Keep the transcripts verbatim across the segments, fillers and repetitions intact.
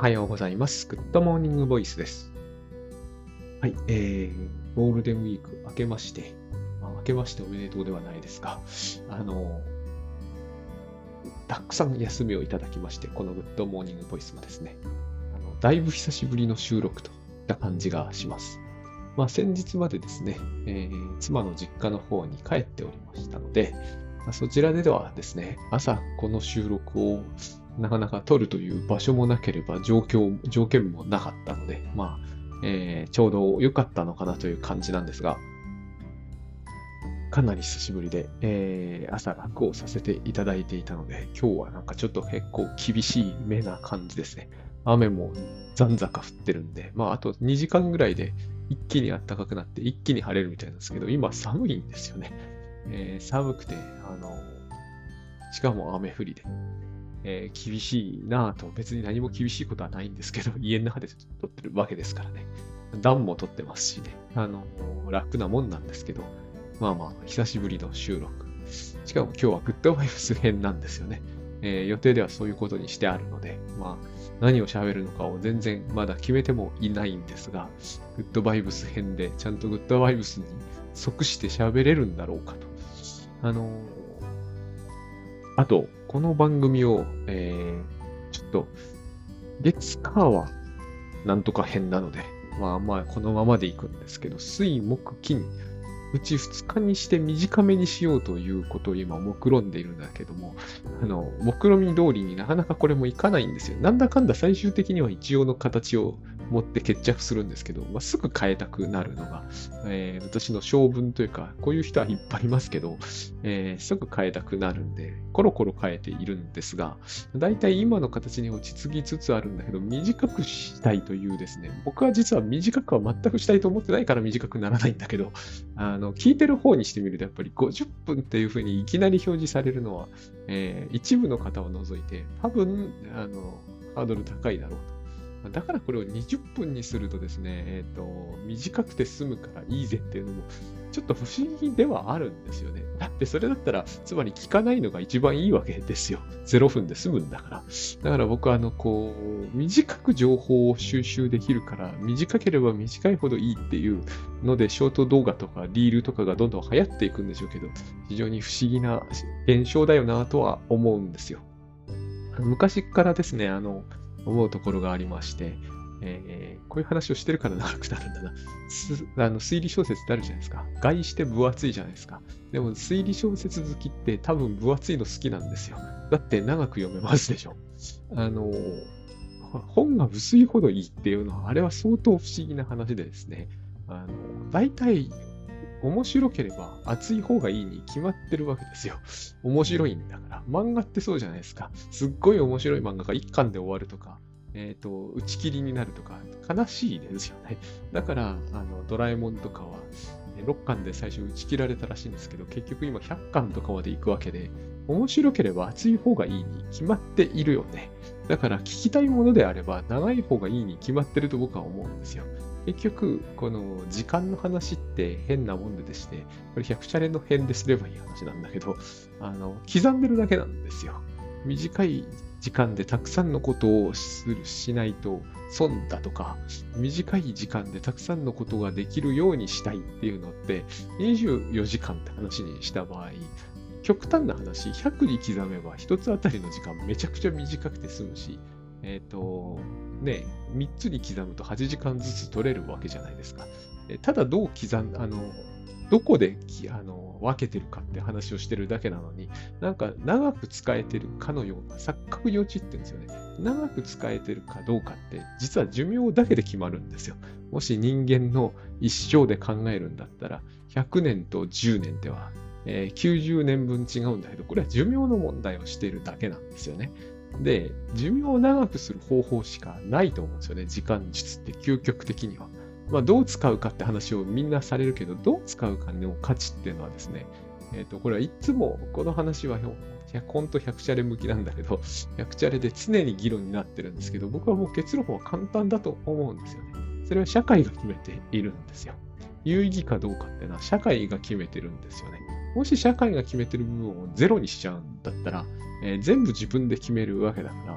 はようございます。グッドモーニングボイスです。はい、えー、ゴールデンウィーク明けまして、まあ、明けましておめでとうではないですが、あの、たくさん休みをいただきまして、このグッドモーニングボイスもですね、あのだいぶ久しぶりの収録といった感じがします。まあ、先日までですね、えー妻の実家の方に帰っておりましたので、まあそちらではですね、朝この収録をなかなか撮るという場所もなければ状況、条件もなかったので、まあ、えーちょうど良かったのかなという感じなんですが、かなり久しぶりで、えー朝楽をさせていただいていたので、今日はなんかちょっと結構厳しい目な感じですね。雨もざんざか降ってるんで、まああとにじかんぐらいで一気に暖かくなって一気に晴れるみたいなんですけど、今寒いんですよね。えー寒くて、あの、しかも雨降りで、えー厳しいなぁと、別に何も厳しいことはないんですけど、家の中で撮ってるわけですからね。暖も撮ってますしね、あの、楽なもんなんですけど、まあまあ、久しぶりの収録。しかも今日はグッドバイブス編なんですよね。えー予定ではそういうことにしてあるので、まあ、何を喋るのかを全然まだ決めてもいないんですが、グッドバイブス編でちゃんとグッドバイブスに即して喋れるんだろうかと。あのーあと、この番組を、えーちょっと、月火はなんとか編なので、まあまあこのままでいくんですけど、水木金、うちふつかにして短めにしようということを今目論んでいるんだけども、あの、目論み通りになかなかこれもいかないんですよ。なんだかんだ最終的には一応の形を持って決着するんですけど、まあ、すぐ変えたくなるのが、えー私の性分というか、こういう人はいっぱいいますけど、えーすぐ変えたくなるんで、コロコロ変えているんですが、だいたい今の形に落ち着きつつあるんだけど、短くしたいというですね、僕は実は短くは全くしたいと思ってないから短くならないんだけど、あの、聞いてる方にしてみると、やっぱりごじゅっぷんっていう風にいきなり表示されるのは、えー一部の方を除いて、多分、あの、ハードル高いだろうと。だからこれをにじゅっぷんにするとですね、えっと、短くて済むからいいぜっていうのも、ちょっと不思議ではあるんですよね。だってそれだったら、つまり聞かないのが一番いいわけですよ。ゼロふんで済むんだから。だから僕はあの、こう、短く情報を収集できるから、短ければ短いほどいいっていうので、ショート動画とかリールとかがどんどん流行っていくんでしょうけど、非常に不思議な現象だよなとは思うんですよ。昔からですね、あの、思うところがありまして、えーこういう話をしてるから長くなるんだな。すあの推理小説ってあるじゃないですか。概して分厚いじゃないですか。でも推理小説好きって多分分厚いの好きなんですよ。だって長く読めますでしょ。あの、本が薄いほどいいっていうのは、あれは相当不思議な話でですね。あの、大体面白ければ熱い方がいいに決まってるわけですよ。面白いんだから。漫画ってそうじゃないですか。すっごい面白い漫画がいっかんで終わるとか、えっと、打ち切りになるとか、悲しいですよね。だから、あの、ドラえもんとかは、えろっかんで最初打ち切られたらしいんですけど、結局今ひゃっかんとかまで行くわけで、面白ければ熱い方がいいに決まっているよね。だから聞きたいものであれば長い方がいいに決まってると僕は思うんですよ。結局、この時間の話って変なもんででして、これひゃくチャレの編ですればいい話なんだけど、あの、刻んでるだけなんですよ。短い時間でたくさんのことをするしないと損だとか、短い時間でたくさんのことができるようにしたいっていうのって、にじゅうよじかんって話にした場合、極端な話、ひゃくに刻めば一つあたりの時間めちゃくちゃ短くて済むし、えっと、ね、みっつに刻むとはちじかんずつ取れるわけじゃないですか。えただどう刻ん、あの、どこできあの分けてるかって話をしてるだけなのに、なんか長く使えてるかのような錯覚に陥ってるんですよね。長く使えてるかどうかって、実は寿命だけで決まるんですよ。もし人間の一生で考えるんだったら、ひゃくねんとじゅうねんでは、えーきゅうじゅうねんぶん違うんだけど、これは寿命の問題をしているだけなんですよね。で、寿命を長くする方法しかないと思うんですよね。時間術って究極的には。まあ、どう使うかって話をみんなされるけど、どう使うかの価値っていうのはですね、えっと、これはいつも、この話はほんとひゃくチャレ向きなんだけど、ひゃくチャレで常に議論になってるんですけど、僕はもう結論は簡単だと思うんですよね。それは社会が決めているんですよ。有意義かどうかっていうのは社会が決めてるんですよね。もし社会が決めてる部分をゼロにしちゃうんだったら、えー全部自分で決めるわけだから、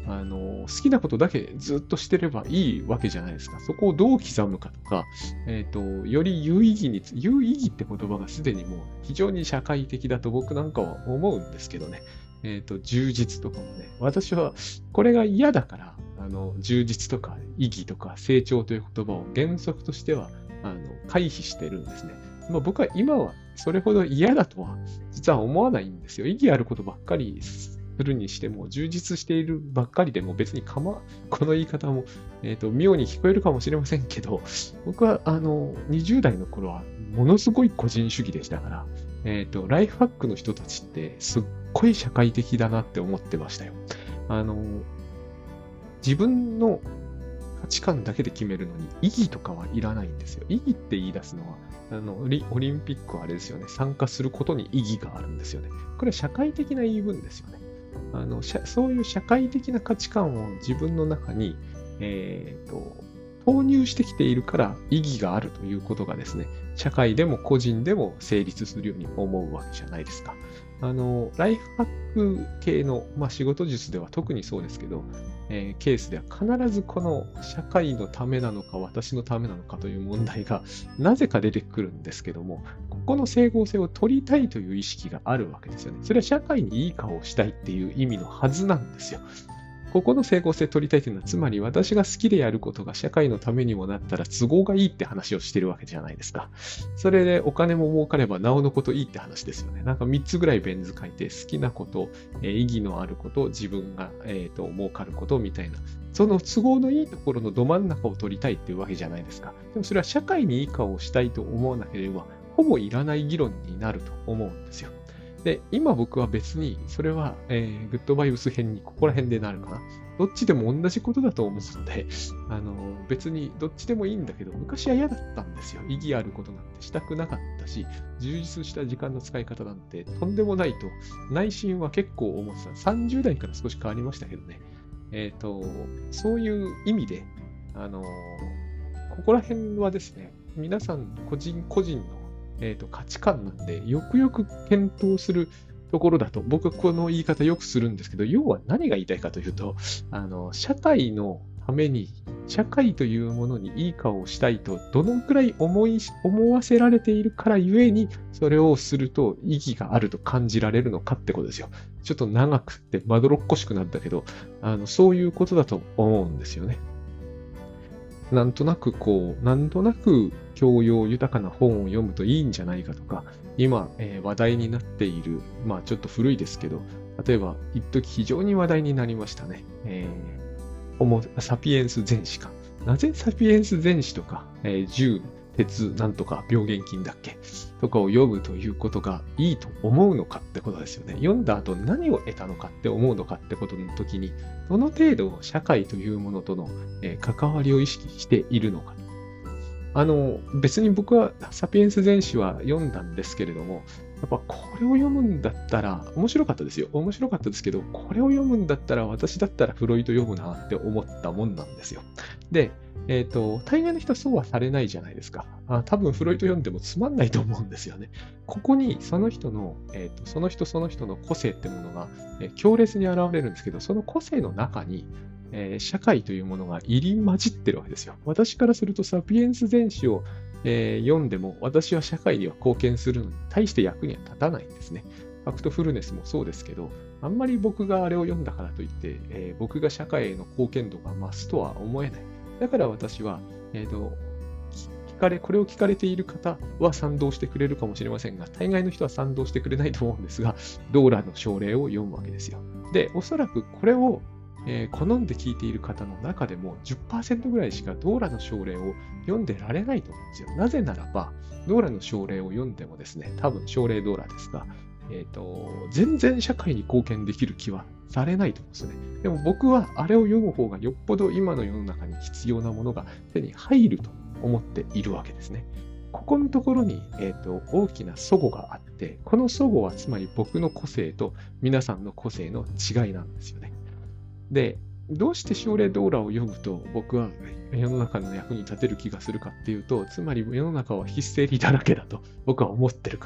あの、好きなことだけずっとしてればいいわけじゃないですか。そこをどう刻むかとか、えっと、より有意義に、有意義って言葉がすでにもう非常に社会的だと僕なんかは思うんですけどね。えっと、充実とかもね、私はこれが嫌だから、あの、充実とか意義とか成長という言葉を原則としては、あの、回避してるんですね。まあ、僕は今はそれほど嫌だとは実は思わないんですよ。意義あることばっかりするにしても、充実しているばっかりでも別にかま、この言い方も、えっと、妙に聞こえるかもしれませんけど、僕はあの、にじゅう代の頃はものすごい個人主義でしたから、えっと、ライフハックの人たちってすっごい社会的だなって思ってましたよ。あの、自分の価値観だけで決めるのに意義とかはいらないんですよ。意義って言い出すのは、あの、オリオリンピックはあれですよね。参加することに意義があるんですよね。これは社会的な言い分ですよね。あの、社そういう社会的な価値観を自分の中に、えーと、投入してきているから意義があるということがですね、社会でも個人でも成立するように思うわけじゃないですか。あの、ライフハック系の、まあ、仕事術では特にそうですけど、えーケースでは必ずこの社会のためなのか私のためなのかという問題がなぜか出てくるんですけども、ここの整合性を取りたいという意識があるわけですよね。それは社会にいい顔をしたいっていう意味のはずなんですよ。ここの整合性取りたいというのは、つまり私が好きでやることが社会のためにもなったら都合がいいって話をしてるわけじゃないですか。それでお金も儲かればなおのこといいって話ですよね。なんかみっつぐらいベン図書いて、好きなこと、えー意義のあること、自分が、えーと、儲かることみたいな、その都合のいいところのど真ん中を取りたいっていうわけじゃないですか。でもそれは社会にいい顔をしたいと思わなければ、ほぼいらない議論になると思うんですよ。で、今僕は別に、それは、えーグッドバイブス編にここら辺でなるかな。どっちでも同じことだと思うので、あの、別にどっちでもいいんだけど、昔は嫌だったんですよ。意義あることなんてしたくなかったし、充実した時間の使い方なんてとんでもないと、内心は結構思ってた。さんじゅう代から少し変わりましたけどね。えっと、そういう意味で、あの、ここら辺はですね、皆さん個人個人の、えーと、価値観なんで、よくよく検討するところだと、僕はこの言い方よくするんですけど、要は何が言いたいかというと、あの、社会のために、社会というものにいい顔をしたいと、どのくらい思い、思わせられているからゆえに、それをすると意義があると感じられるのかってことですよ。ちょっと長くてまどろっこしくなったけど、あの、そういうことだと思うんですよね。なんとなくこう、なんとなく教養豊かな本を読むといいんじゃないかとか、今、えー話題になっている、まあちょっと古いですけど、例えば、一時非常に話題になりましたね。えー、ホモ・サピエンス全史か。なぜサピエンス全史とか、えー、銃、鉄、なんとか、病原菌だっけとかを読むということがいいと思うのかってことですよね。読んだ後何を得たのかって思うのかってことの時に、どの程度社会というものとの、えー関わりを意識しているのか。あの、別に僕はサピエンス全史は読んだんですけれども、やっぱこれを読むんだったら、面白かったですよ。面白かったですけど、これを読むんだったら、私だったらフロイト読むなって思ったもんなんですよ。で、えっと、大概の人はそうはされないじゃないですか。あ、多分フロイト読んでもつまんないと思うんですよね。ここにその人の、えっと、その人その人の個性ってものが、えー強烈に現れるんですけど、その個性の中に、えー社会というものが入り混じってるわけですよ。私からすると、サピエンス全史を、えー読んでも、私は社会には貢献するのに、大して役には立たないんですね。ファクトフルネスもそうですけど、あんまり僕があれを読んだからといって、えー僕が社会への貢献度が増すとは思えない。だから私は、えーと、聞かれ、これを聞かれている方は賛同してくれるかもしれませんが、大概の人は賛同してくれないと思うんですが、ドーラの奨励を読むわけですよ。で、おそらくこれを、えー好んで聞いている方の中でもじゅっパーセントぐらいしかドーラの奨励を読んでられないと思うんですよ。なぜならば、ドーラの奨励を読んでもですね、多分奨励ドーラですが、えっと、全然社会に貢献できる気はされないと思うんですね。でも僕はあれを読む方がよっぽど今の世の中に必要なものが手に入ると思っているわけですね。ここのところに、えーと、大きな齟齬があって、この齟齬はつまり僕の個性と皆さんの個性の違いなんですよね。で、どうして奨励ドーラを読むと僕は世の中の役に立てる気がするかっていうと、つまり世の中はヒステリーだらけだと僕は思ってるからなんですね。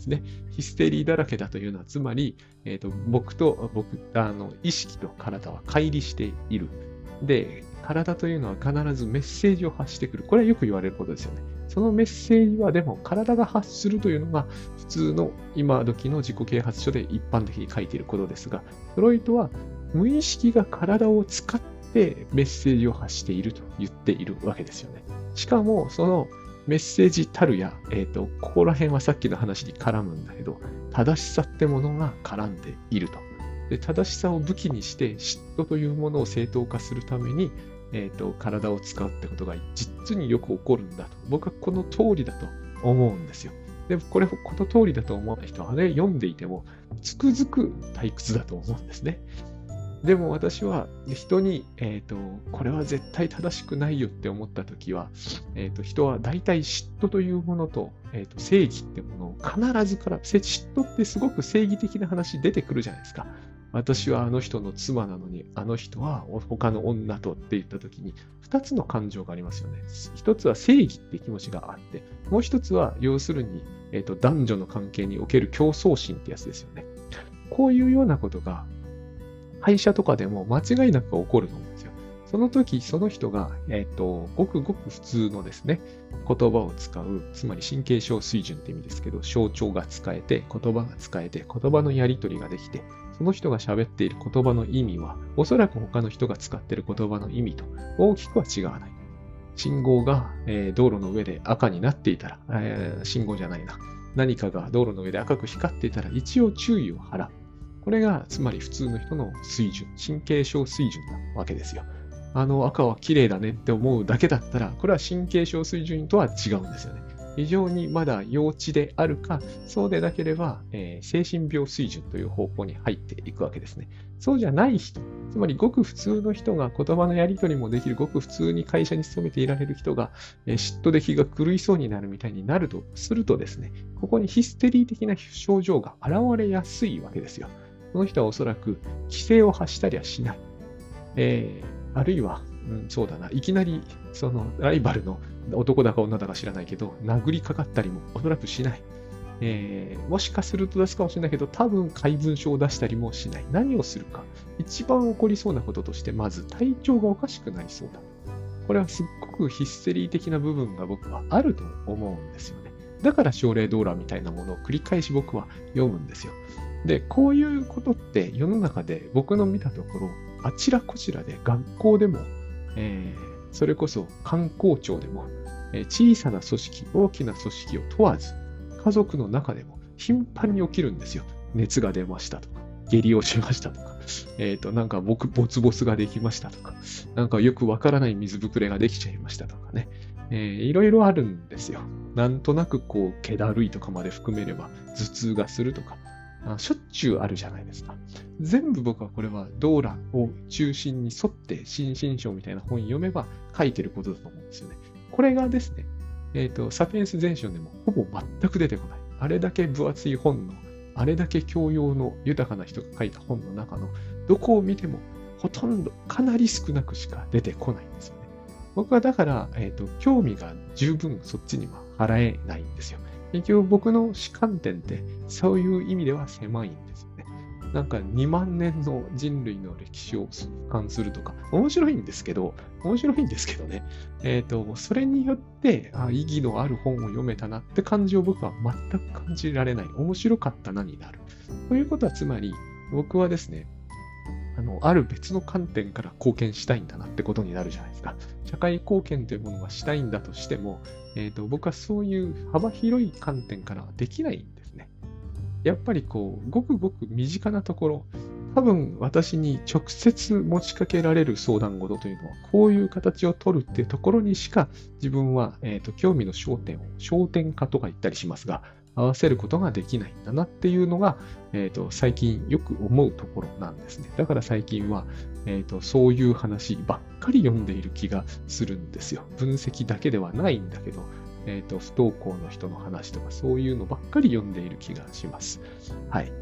ですね。ヒステリーだらけだというのは、つまり、えっと、僕と、僕、あの、意識と体は乖離している。で、体というのは必ずメッセージを発してくる。これはよく言われることですよね。そのメッセージはでも体が発するというのが普通の今時の自己啓発書で一般的に書いていることですが、フロイトは無意識が体を使ってメッセージを発していると言っているわけですよね。しかもそのメッセージたるや、えっと、ここら辺はさっきの話に絡むんだけど、正しさってものが絡んでいると。で、正しさを武器にして嫉妬というものを正当化するために、えっと、体を使うってことが実によく起こるんだと。僕はこの通りだと思うんですよ。でもこれ、この通りだと思わない人は、あれ読んでいても、つくづく退屈だと思うんですね。でも私は人に、えっと、これは絶対正しくないよって思ったときは、えっと、人は大体嫉妬というものと、えっと、正義ってものを必ずから、せ嫉妬ってすごく正義的な話出てくるじゃないですか。私はあの人の妻なのに、あの人は他の女とって言ったときに、二つの感情がありますよね。一つは正義って気持ちがあって、もう一つは要するに、えっと、男女の関係における競争心ってやつですよね。こういうようなことが、会社とかでも間違いなく起こると思うんですよ。その時、その人が、えっと、ごくごく普通のですね、言葉を使う、つまり神経症水準って意味ですけど、象徴が使えて、言葉が使えて、言葉のやり取りができて、その人が喋っている言葉の意味は、おそらく他の人が使っている言葉の意味と大きくは違わない。信号が、えー、道路の上で赤になっていたら、えー、信号じゃないな。何かが道路の上で赤く光っていたら、一応注意を払う。これが、つまり普通の人の水準、神経症水準なわけですよ。あの赤は綺麗だねって思うだけだったら、これは神経症水準とは違うんですよね。非常にまだ幼稚であるか、そうでなければ、えー、精神病水準という方向に入っていくわけですね。そうじゃない人、つまりごく普通の人が言葉のやり取りもできる、ごく普通に会社に勤めていられる人が、えー、嫉妬で気が狂いそうになるみたいになるとするとですね、ここにヒステリー的な症状が現れやすいわけですよ。その人はおそらく規制を発したりはしない。えー、あるいは、うん、そうだな、いきなりそのライバルの男だか女だか知らないけど、殴りかかったりもおそらくしない。えー、もしかすると出すかもしれないけど、多分怪文書を出したりもしない。何をするか。一番起こりそうなこととして、まず体調がおかしくなりそうだ。これはすっごくヒステリー的な部分が僕はあると思うんですよね。だから症例ドーラみたいなものを繰り返し僕は読むんですよ。で、こういうことって世の中で僕の見たところ、あちらこちらで学校でも、えー、それこそ観光庁でも、えー、小さな組織、大きな組織を問わず、家族の中でも頻繁に起きるんですよ。熱が出ましたとか、下痢をしましたとか、えっと、なんか僕、ボツボスができましたとか、なんかよくわからない水ぶくれができちゃいましたとかね。えー、いろいろあるんですよ。なんとなくこう、気だるいとかまで含めれば、頭痛がするとか、しょっちゅうあるじゃないですか。全部僕はこれはドーラを中心に沿って新進章みたいな本読めば書いてることだと思うんですよね。これがですね、えっと、サピエンス全書でもほぼ全く出てこない。あれだけ分厚い本の、あれだけ教養の豊かな人が書いた本の中のどこを見てもほとんどかなり少なくしか出てこないんですよね。僕はだから、えっと、興味が十分そっちには払えないんですよ。結局僕の主観点ってそういう意味では狭いんですよね。なんかにまんねんの人類の歴史を俯瞰するとか、面白いんですけど、面白いんですけどね。えっと、それによってあ意義のある本を読めたなって感じを僕は全く感じられない。面白かったなになる。ということはつまり、僕はですね、あの、ある別の観点から貢献したいんだなってことになるじゃないですか。社会貢献というものがしたいんだとしても、えっと、僕はそういう幅広い観点からはできないんですね。やっぱりこう、ごくごく身近なところ、多分私に直接持ちかけられる相談事というのは、こういう形を取るっていうところにしか、自分は、えっと、興味の焦点を、焦点化とか言ったりしますが、合わせることができないんだなっていうのが、えっと、最近よく思うところなんですね。だから最近は、えっと、そういう話ばっかり読んでいる気がするんですよ。分析だけではないんだけど、えっと、不登校の人の話とかそういうのばっかり読んでいる気がします。はい。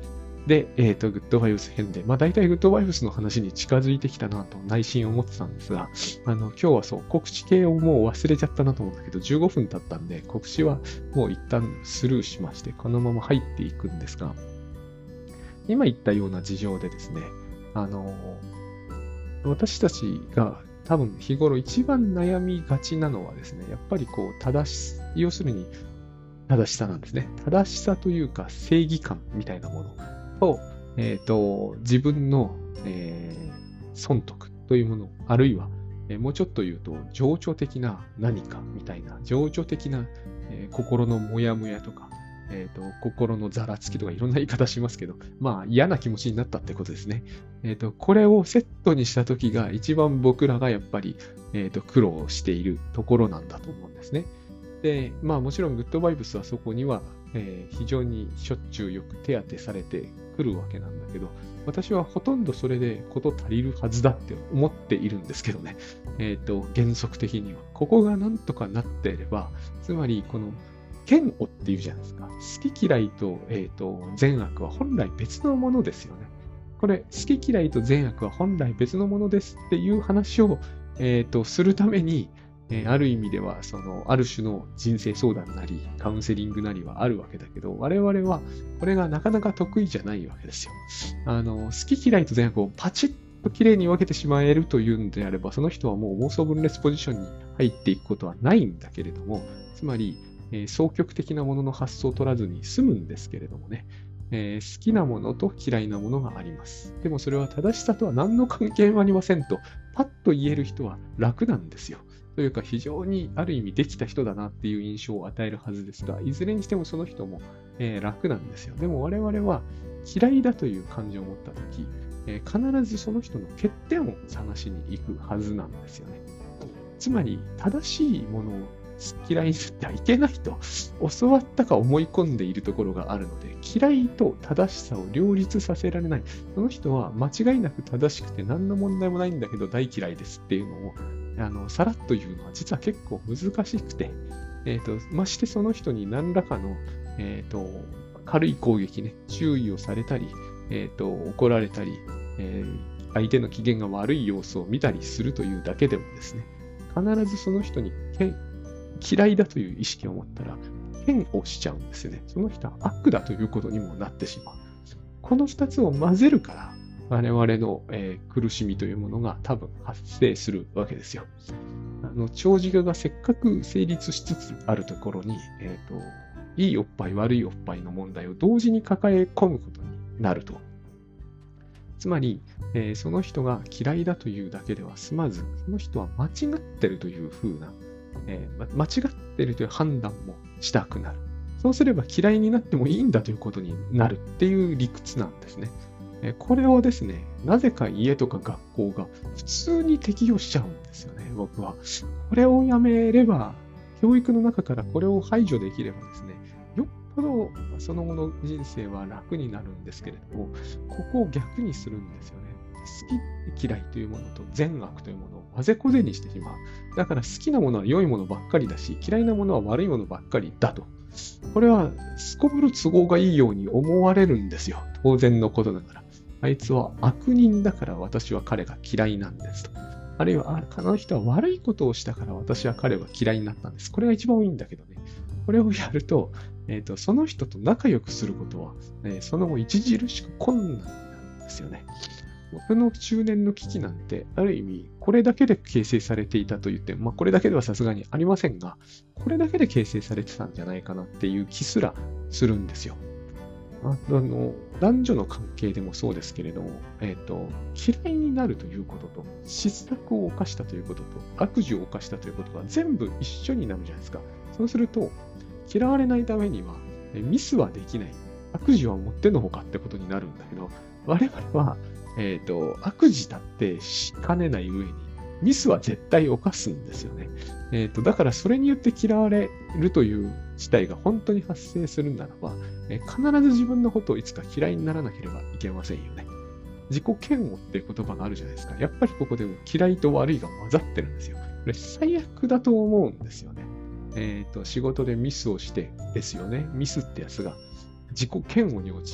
で、えっと、グッドバイブス編で、まあ大体グッドバイブスの話に近づいてきたなと内心思ってたんですが、あの、今日はそう、告知系をもう忘れちゃったなと思うんだけど、じゅうごふん経ったんで、告知はもう一旦スルーしまして、このまま入っていくんですが、今言ったような事情でですね、あの、私たちが多分日頃一番悩みがちなのはですね、やっぱりこう、正し、要するに正しさなんですね。正しさというか正義感みたいなものと、えっと、自分の、えー損得というもの、あるいは、えーもうちょっと言うと、情緒的な何かみたいな、情緒的な、えー心のモヤモヤとか、えっと、心のざらつきとかいろんな言い方しますけど、まあ嫌な気持ちになったってことですね。えっと、これをセットにしたときが一番僕らがやっぱり、えっと、苦労しているところなんだと思うんですね。で、まあもちろんグッドバイブスはそこには、えー非常にしょっちゅうよく手当てされてくるわけなんだけど、私はほとんどそれでこと足りるはずだって思っているんですけどね。えっと、原則的には。ここがなんとかなっていれば、つまりこの嫌悪っていうじゃないですか。好き嫌いと、えっと、善悪は本来別のものですよね。これ、好き嫌いと善悪は本来別のものですっていう話を、えっと、するために、えーある意味では、その、ある種の人生相談なり、カウンセリングなりはあるわけだけど、我々は、これがなかなか得意じゃないわけですよ。あの、好き嫌いと善悪をパチッと綺麗に分けてしまえるというんであれば、その人はもう妄想分裂ポジションに入っていくことはないんだけれども、つまり、えー双極的なものの発想を取らずに済むんですけれどもね、えー好きなものと嫌いなものがあります。でもそれは正しさとは何の関係もありませんと、パッと言える人は楽なんですよ。というか非常にある意味できた人だなっていう印象を与えるはずですが、いずれにしてもその人も、えー楽なんですよ。でも我々は嫌いだという感情を持ったとき、えー必ずその人の欠点を探しに行くはずなんですよね。つまり正しいものを嫌いにしてはいけないと教わったか思い込んでいるところがあるので、嫌いと正しさを両立させられない。その人は間違いなく正しくて何の問題もないんだけど大嫌いですっていうのを、あの、さらっと言うのは実は結構難しくて、えっと、ましてその人に何らかの、えっと、軽い攻撃ね、注意をされたり、えっと、怒られたり、えー相手の機嫌が悪い様子を見たりするというだけでもですね、必ずその人に嫌いだという意識を持ったら、嫌悪しちゃうんですよね。その人は悪だということにもなってしまう。この二つを混ぜるから、我々の、えー苦しみというものが多分発生するわけですよ。あの長寿がせっかく成立しつつあるところに、えーと、いいおっぱい悪いおっぱいの問題を同時に抱え込むことになると。つまり、えーその人が嫌いだというだけでは済まず、その人は間違ってるというふうな、えーま間違ってるという判断もしたくなる。そうすれば嫌いになってもいいんだということになるっていう理屈なんですね。えーこれをですね、なぜか家とか学校が普通に適用しちゃうんですよね、僕は。これをやめれば、教育の中からこれを排除できればですね、よっぽどその後の人生は楽になるんですけれども、ここを逆にするんですよね。好き嫌いというものと善悪というものを混ぜこぜにしてしまう。だから好きなものは良いものばっかりだし、嫌いなものは悪いものばっかりだと。これはすこぶる都合がいいように思われるんですよ。当然のことながら。あいつは悪人だから私は彼が嫌いなんですと。あるいは、ああの人は悪いことをしたから私は彼は嫌いになったんです。これが一番多いんだけどね。これをやると、えっと、その人と仲良くすることは、えーその後著しく困難になるんですよね。僕の中年の危機なんて、ある意味、これだけで形成されていたと言っても、まあ、これだけではさすがにありませんが、これだけで形成されてたんじゃないかなっていう気すらするんですよ。ああの男女の関係でもそうですけれども、えっと、嫌いになるということと、失策を犯したということと、悪事を犯したということが全部一緒になるじゃないですか。そうすると、嫌われないためには、えミスはできない。悪事はもってのほかってことになるんだけど、我々は、えっと、悪事だってしかねない上に、ミスは絶対犯すんですよね。えっと、だからそれによって嫌われるという事態が本当に発生するならば、え必ず自分のことをいつか嫌いにならなければいけませんよね。自己嫌悪っていう言葉があるじゃないですか。やっぱりここでも嫌いと悪いが混ざってるんですよ。これ最悪だと思うんですよね。えっと、仕事でミスをしてですよね。ミスってやつが自己嫌悪に陥る。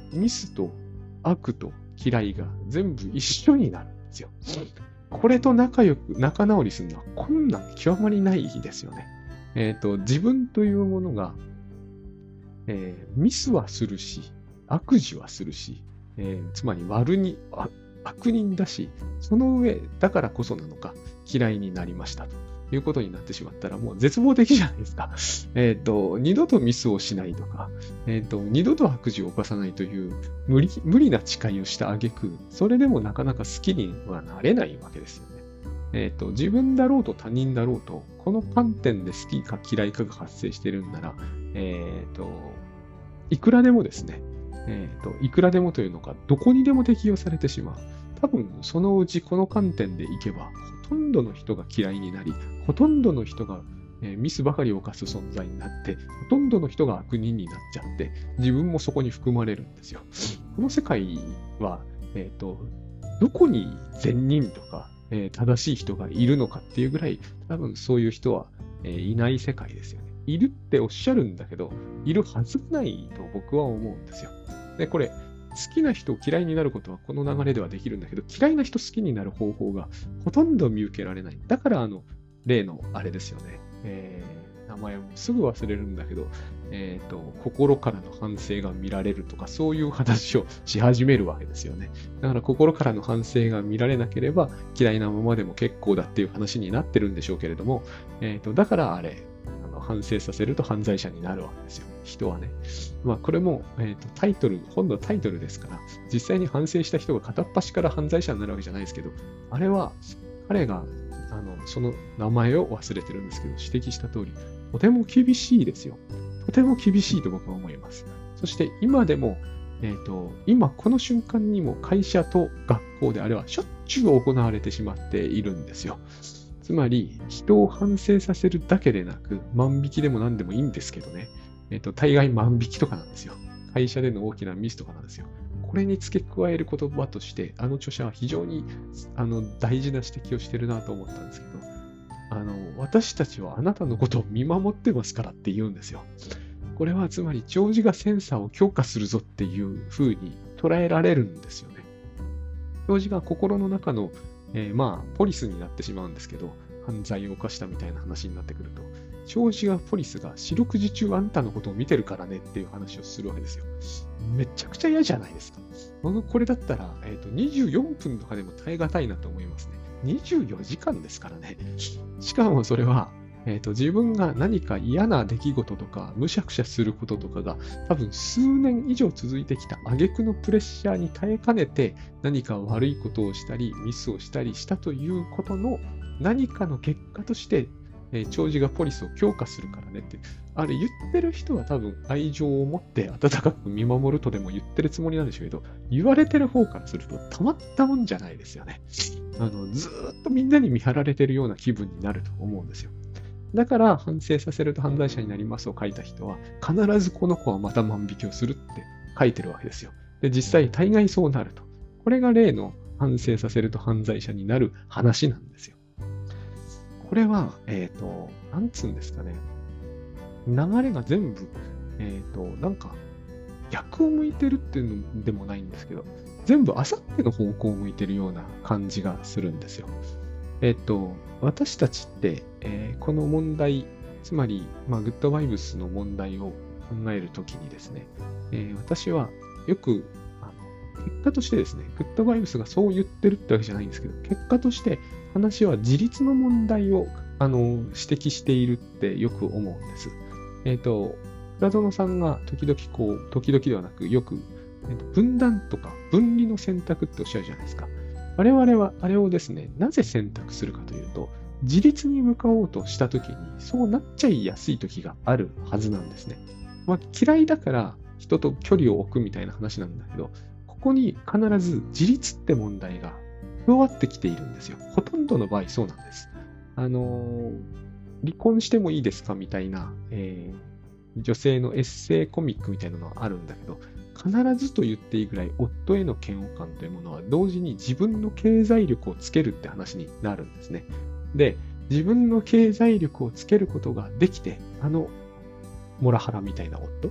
ミスと悪と嫌いが全部一緒になるんですよ。これと仲良く、仲直りするのは困難極まりないですよね。えっと、自分というものが、えーミスはするし、悪事はするし、えーつまり悪に、あ悪人だし、その上、だからこそなのか、嫌いになりましたということになってしまったら、もう絶望的じゃないですか。えっと、二度とミスをしないとか、えっと、二度と悪事を犯さないという無理、無理な誓いをした挙句、それでもなかなか好きにはなれないわけですよね。えっと、自分だろうと他人だろうと、この観点で好きか嫌いかが発生しているんなら、えっと、いくらでもですね、えっと、いくらでもというのか、どこにでも適用されてしまう。多分、そのうちこの観点でいけば、ほとんどの人が嫌いになり、ほとんどの人が、えーミスばかりを犯す存在になって、ほとんどの人が悪人になっちゃって、自分もそこに含まれるんですよ。この世界は、えっと、どこに善人とか、えー正しい人がいるのかっていうぐらい、多分そういう人は、えーいない世界ですよね。いるっておっしゃるんだけど、いるはずがないと僕は思うんですよ。で、これ、好きな人を嫌いになることはこの流れではできるんだけど、嫌いな人好きになる方法がほとんど見受けられない。だから、あの、例のあれですよね。えー名前もすぐ忘れるんだけど、えっと、心からの反省が見られるとか、そういう話をし始めるわけですよね。だから心からの反省が見られなければ嫌いなままでも結構だっていう話になってるんでしょうけれども、えっと、だからあれ、あの反省させると犯罪者になるわけですよ。人はね。まあ、これも、えっと、タイトル、本のタイトルですから、実際に反省した人が片っ端から犯罪者になるわけじゃないですけど、あれは彼があのその名前を忘れてるんですけど、指摘した通り、とても厳しいですよ。とても厳しいと僕は思います。そして今でも、えっと、今この瞬間にも会社と学校であれはしょっちゅう行われてしまっているんですよ。つまり、人を反省させるだけでなく、万引きでも何でもいいんですけどね。えっと、大概万引きとかなんですよ。会社での大きなミスとかなんですよ。これに付け加える言葉として、あの著者は非常にあの大事な指摘をしてるなと思ったんですけど、あの、私たちはあなたのことを見守ってますからって言うんですよ。これはつまり、長寿がセンサーを強化するぞっていう風に捉えられるんですよね。長寿が心の中の、えーまあ、ポリスになってしまうんですけど、犯罪を犯したみたいな話になってくると、長寿がポリスが四六時中あんたのことを見てるからねっていう話をするわけですよ。めちゃくちゃ嫌じゃないですか。僕これだったら、えーと、にじゅうよんぷんとかでも耐え難いなと思いますね。にじゅうよじかんですからね。しかもそれは、えーと、自分が何か嫌な出来事とか、むしゃくしゃすることとかが、多分数年以上続いてきた挙句のプレッシャーに耐えかねて、何か悪いことをしたり、ミスをしたりしたということの何かの結果として、えー、長寿がポリスを強化するからねって、あれ言ってる人は多分愛情を持って温かく見守るとでも言ってるつもりなんでしょうけど、言われてる方からするとたまったもんじゃないですよね。あの、ずーっとみんなに見張られてるような気分になると思うんですよ。だから反省させると犯罪者になりますを書いた人は、必ずこの子はまた万引きをするって書いてるわけですよ。で、実際大概そうなると。これが例の反省させると犯罪者になる話なんですよ。これは、えっと、なんつうんですかね。流れが全部、えっと、なんか、逆を向いてるっていうのでもないんですけど、全部あさっての方向を向いてるような感じがするんですよ。えっと、私たちって、えーこの問題、つまり、まあ、グッドバイブスの問題を考えるときにですね、えー私はよく、あの結果としてですね、グッドバイブスがそう言ってるってわけじゃないんですけど、結果として話は自立の問題をあの指摘しているってよく思うんです。えっと、倉園さんが時々こう、時々ではなく、よく、えっと分断とか分離の選択っておっしゃるじゃないですか。我々はあれをですね、なぜ選択するかというと、自立に向かおうとしたときに、そうなっちゃいやすいときがあるはずなんですね。まあ、嫌いだから人と距離を置くみたいな話なんだけど、ここに必ず自立って問題が加わってきているんですよ。ほとんどの場合そうなんです。あのー離婚してもいいですかみたいな、えー女性のエッセイコミックみたいなのはあるんだけど、必ずと言っていいぐらい夫への嫌悪感というものは同時に自分の経済力をつけるって話になるんですね。で、自分の経済力をつけることができて、あのモラハラみたいな夫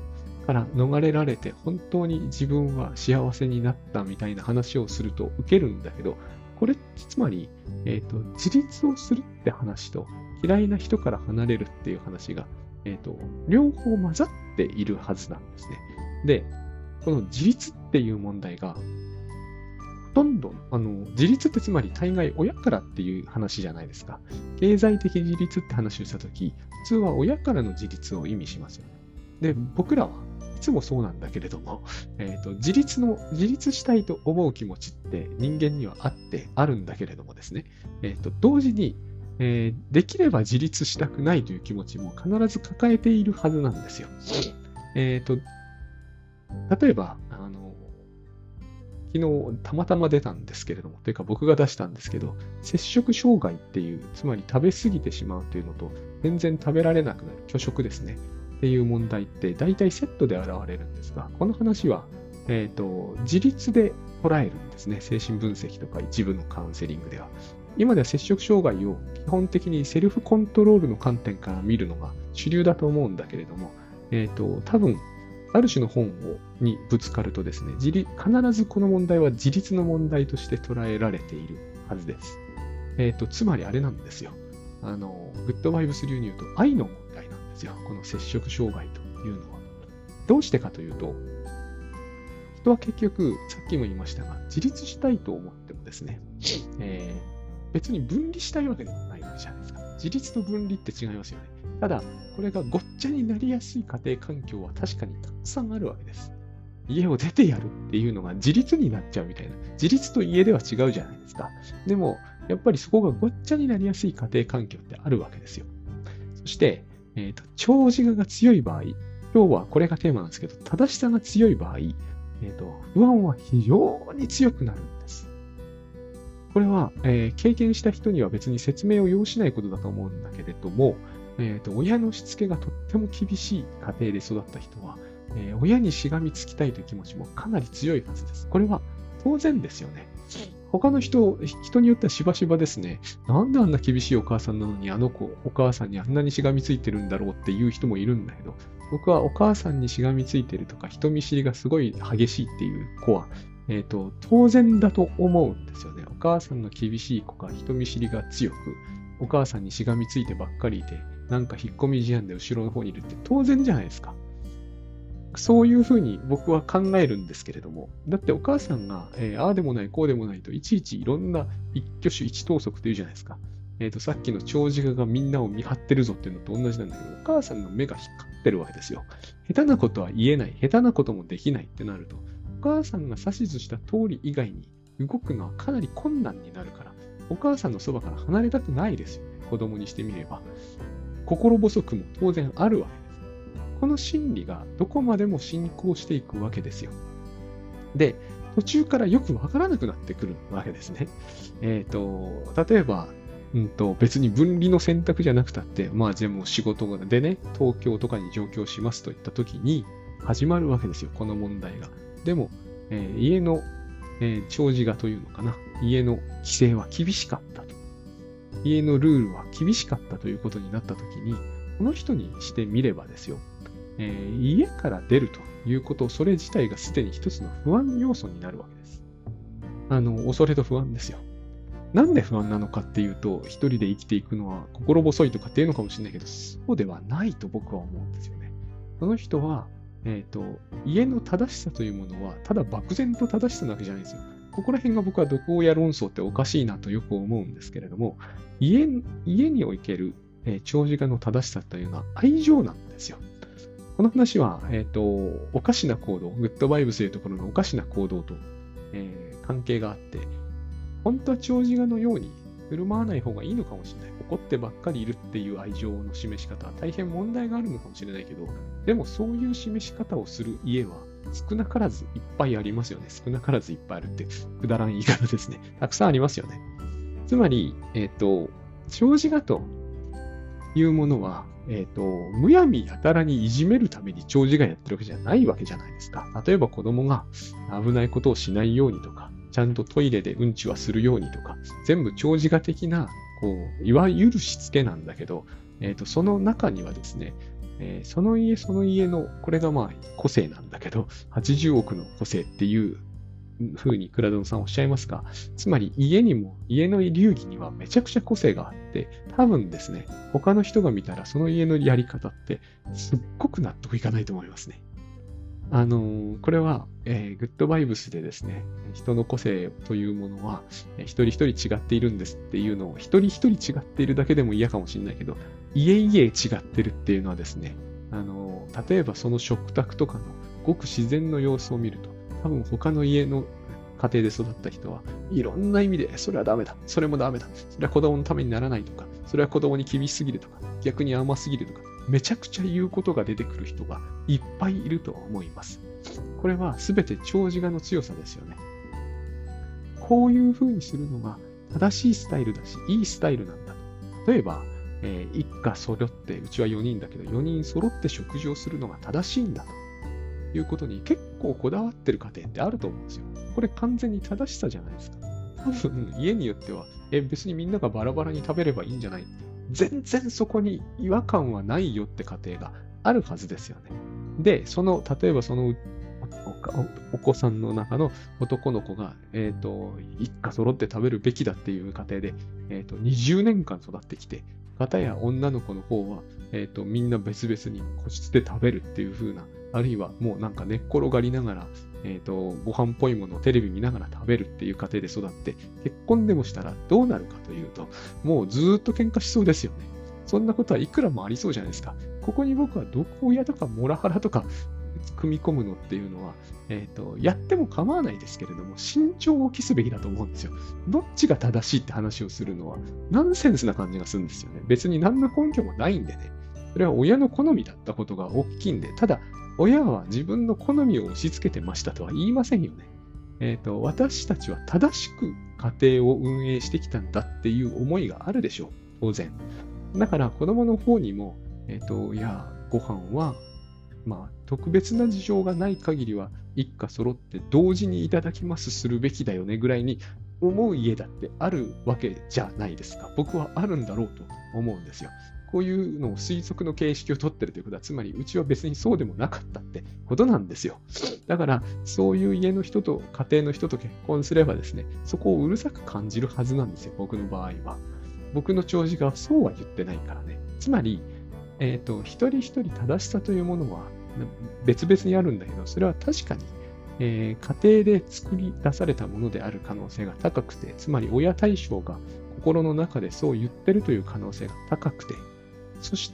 から逃れられて本当に自分は幸せになったみたいな話をすると受けるんだけど、これってつまり、えっと、自立をするって話と嫌いな人から離れるっていう話が、えっと、両方混ざっているはずなんですね。で、この自立っていう問題が、ほとんど、あの、自立ってつまり大概親からっていう話じゃないですか。経済的自立って話をしたとき、普通は親からの自立を意味しますよね。で、僕らはいつもそうなんだけれども、えっと、自立の、自立したいと思う気持ちって人間にはあってあるんだけれどもですね、えっと、同時に、えーできれば自立したくないという気持ちも必ず抱えているはずなんですよ。えっと、例えば、あの、昨日たまたま出たんですけれども、というか僕が出したんですけど、摂食障害っていう、つまり食べ過ぎてしまうというのと、全然食べられなくなる拒食ですね。っていう問題って大体セットで現れるんですが、この話は、えっと、自立で捉えるんですね。精神分析とか一部のカウンセリングでは。今では摂食障害を基本的にセルフコントロールの観点から見るのが主流だと思うんだけれども、えっと、多分、ある種の本をにぶつかるとですね、自立必ずこの問題は自立の問題として捉えられているはずです。えっと、つまりあれなんですよ。あの、グッドバイブス流に言うと愛の問題なんですよ。この摂食障害というのは。どうしてかというと、人は結局、さっきも言いましたが、自立したいと思ってもですね、えー別に分離したいわけでもないわけじゃないですか。自立と分離って違いますよね。ただ、これがごっちゃになりやすい家庭環境は確かにたくさんあるわけです。家を出てやるっていうのが自立になっちゃうみたいな。自立と家では違うじゃないですか。でも、やっぱりそこがごっちゃになりやすい家庭環境ってあるわけですよ。そして、えっと、長自我が強い場合、今日はこれがテーマなんですけど、正しさが強い場合、えっと、不安は非常に強くなるんです。これは、えー経験した人には別に説明を要しないことだと思うんだけれども、えーと、親のしつけがとっても厳しい家庭で育った人は、えー親にしがみつきたいという気持ちもかなり強いはずです。これは当然ですよね。他の人、人によってはしばしばですね、なんであんな厳しいお母さんなのにあの子、お母さんにあんなにしがみついてるんだろうっていう人もいるんだけど、僕はお母さんにしがみついてるとか人見知りがすごい激しいっていう子は、えっと、当然だと思うんですよね。お母さんの厳しい子が人見知りが強く、お母さんにしがみついてばっかりいて、なんか引っ込み思案で後ろの方にいるって当然じゃないですか。そういうふうに僕は考えるんですけれども、だってお母さんが、えーああでもない、こうでもないと、いちいちいろんな一挙手一投足というじゃないですか。えっと、さっきの長自我がみんなを見張ってるぞっていうのと同じなんだけど、お母さんの目が光ってるわけですよ。下手なことは言えない、下手なこともできないってなると、お母さんが指図した通り以外に動くのはかなり困難になるから、お母さんのそばから離れたくないですよね。子供にしてみれば。心細くも当然あるわけです。この心理がどこまでも進行していくわけですよ。で、途中からよくわからなくなってくるわけですね。えっと、例えば、うんと、別に分離の選択じゃなくたって、まあ、でも仕事でね、東京とかに上京しますといったときに始まるわけですよ、この問題が。でも、えー家の、えー長自我というのかな、家の規制は厳しかったと。家のルールは厳しかったということになったときに、この人にしてみればですよ、えー家から出るということ、それ自体がすでに一つの不安要素になるわけです。あの、恐れと不安ですよ。なんで不安なのかっていうと、一人で生きていくのは心細いとかっていうのかもしれないけど、そうではないと僕は思うんですよね。その人は、えっと、家の正しさというものは、ただ漠然と正しさなわけじゃないんですよ。ここら辺が僕は毒親論争っておかしいなとよく思うんですけれども、家家における、えー長自我の正しさというのは愛情なんですよ。この話は、えっと、おかしな行動、グッドバイブスというところのおかしな行動と、えー関係があって、本当は長自我のように振る舞わない方がいいのかもしれない。怒ってばっかりいるっていう愛情の示し方は大変問題があるのかもしれないけど、でもそういう示し方をする家は少なからずいっぱいありますよね。少なからずいっぱいあるってくだらん言い方ですね。たくさんありますよね。つまり、えっと、長自我というものは、えっと、むやみやたらにいじめるために長自我やってるわけじゃないわけじゃないですか。例えば子供が危ないことをしないようにとか、ちゃんとトイレでうんちはするようにとか、全部長自我的な、こう、いわゆるしつけなんだけど、えっと、その中にはですね、 えーその家その家の、これがまあ個性なんだけど、はちじゅうおくの個性っていうふうに倉殿さんおっしゃいますが、つまり家にも、家の流儀にはめちゃくちゃ個性があって、多分ですね、他の人が見たらその家のやり方ってすっごく納得いかないと思いますね。あのーこれは、えーグッドバイブスでですね、人の個性というものは、えー一人一人違っているんですっていうのを、一人一人違っているだけでも嫌かもしれないけど、家々違ってるっていうのはですね、あのー例えばその食卓とかのごく自然の様子を見ると、多分他の家の家庭で育った人はいろんな意味で、それはダメだ、それもダメだ、それは子供のためにならないとか、それは子供に厳しすぎるとか、逆に甘すぎるとか、めちゃくちゃ言うことが出てくる人がいっぱいいると思います。これは全て長自我の強さですよね。こういう風にするのが正しいスタイルだし、いいスタイルなんだと。例えば、えー一家揃って、うちはよにんだけど、よにん揃って食事をするのが正しいんだということに結構こだわってる家庭ってあると思うんですよ。これ完全に正しさじゃないですか。多分、家によっては、え、別にみんながバラバラに食べればいいんじゃない？全然そこに違和感はないよって家庭があるはずですよね。で、その、例えばそのおおお子さんの中の男の子が、えっと、一家揃って食べるべきだっていう家庭で、えっと、にじゅうねんかん育ってきて、片や女の子の方は、えっと、みんな別々に個室で食べるっていう風な、あるいはもうなんか寝っ転がりながら、えっと、ご飯っぽいものをテレビ見ながら食べるっていう家庭で育って、結婚でもしたらどうなるかというと、もうずーっと喧嘩しそうですよね。そんなことはいくらもありそうじゃないですか。ここに僕は毒親とかモラハラとか組み込むのっていうのは、えっと、やっても構わないですけれども、慎重を期すべきだと思うんですよ。どっちが正しいって話をするのは、ナンセンスな感じがするんですよね。別に何の根拠もないんでね。それは親の好みだったことが大きいんで、ただ、親は自分の好みを押し付けてましたとは言いませんよね。えっと、私たちは正しく家庭を運営してきたんだっていう思いがあるでしょう。当然。だから子供の方にも、えっと、いや、ご飯は、まあ、特別な事情がない限りは、一家揃って同時にいただきますするべきだよねぐらいに思う家だってあるわけじゃないですか。僕はあるんだろうと思うんですよ。こういうのを推測の形式を取ってるということは、つまりうちは別にそうでもなかったってことなんですよ。だから、そういう家の人と家庭の人と結婚すればですね、そこをうるさく感じるはずなんですよ、僕の場合は。僕の長寿がそうは言ってないからね。つまり、えっと、一人一人正しさというものは別々にあるんだけど、それは確かに、えー家庭で作り出されたものである可能性が高くて、つまり親対象が心の中でそう言ってるという可能性が高くて、そして、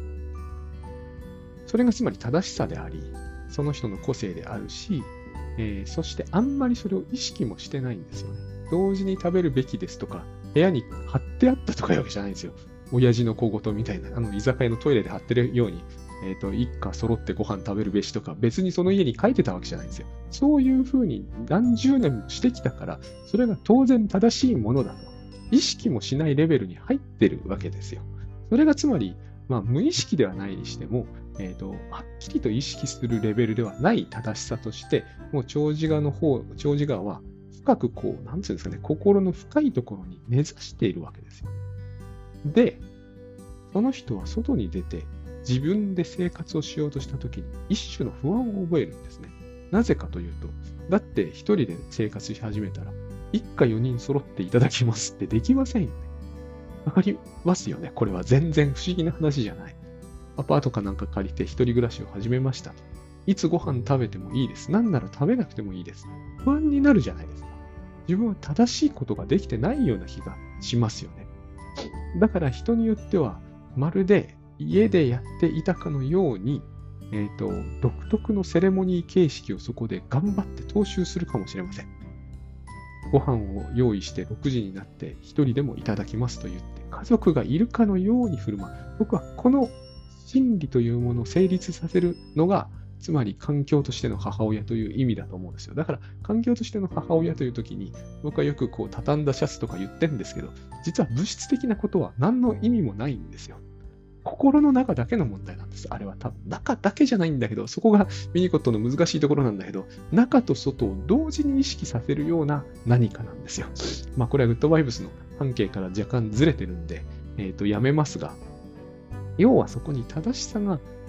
それがつまり正しさであり、その人の個性であるし、えーそしてあんまりそれを意識もしてないんですよね。同時に食べるべきですとか、部屋に貼ってあったとかいうわけじゃないんですよ。親父の小言みたいな、あの居酒屋のトイレで貼ってるように、えっと、一家揃ってご飯食べるべしとか、別にその家に書いてたわけじゃないんですよ。そういうふうに何十年もしてきたから、それが当然正しいものだと。意識もしないレベルに入ってるわけですよ。それがつまり、まあ、無意識ではないにしても、えっと、はっきりと意識するレベルではない正しさとして、もう長寿側の方、長寿側は深くこう、なんていうんですかね、心の深いところに根ざしているわけですよ。で、その人は外に出て自分で生活をしようとしたときに一種の不安を覚えるんですね。なぜかというと、だって一人で生活し始めたら、一家四人揃っていただきますってできませんよね。わかりますよね。これは全然不思議な話じゃない。アパートかなんか借りて一人暮らしを始めました。いつご飯食べてもいいです。なんなら食べなくてもいいです。不安になるじゃないですか。自分は正しいことができてないような気がしますよね。だから人によっては、まるで家でやっていたかのように、えっと、独特のセレモニー形式をそこで頑張って踏襲するかもしれません。ご飯を用意してろくじになって一人でもいただきますと言って家族がいるかのように振る舞う。僕はこの心理というものを成立させるのが、つまり環境としての母親という意味だと思うんですよ。だから環境としての母親という時に、僕はよくこう畳んだシャツとか言ってるんですけど、実は物質的なことは何の意味もないんですよ。心の中だけの問題なんです。あれは多分中だけじゃないんだけど、そこがミニコットの難しいところなんだけど、中と外を同時に意識させるような何かなんですよ。まあこれはグッドバイブスの半径から若干ずれてるんで、えっと、やめますが、要はそこに正しさが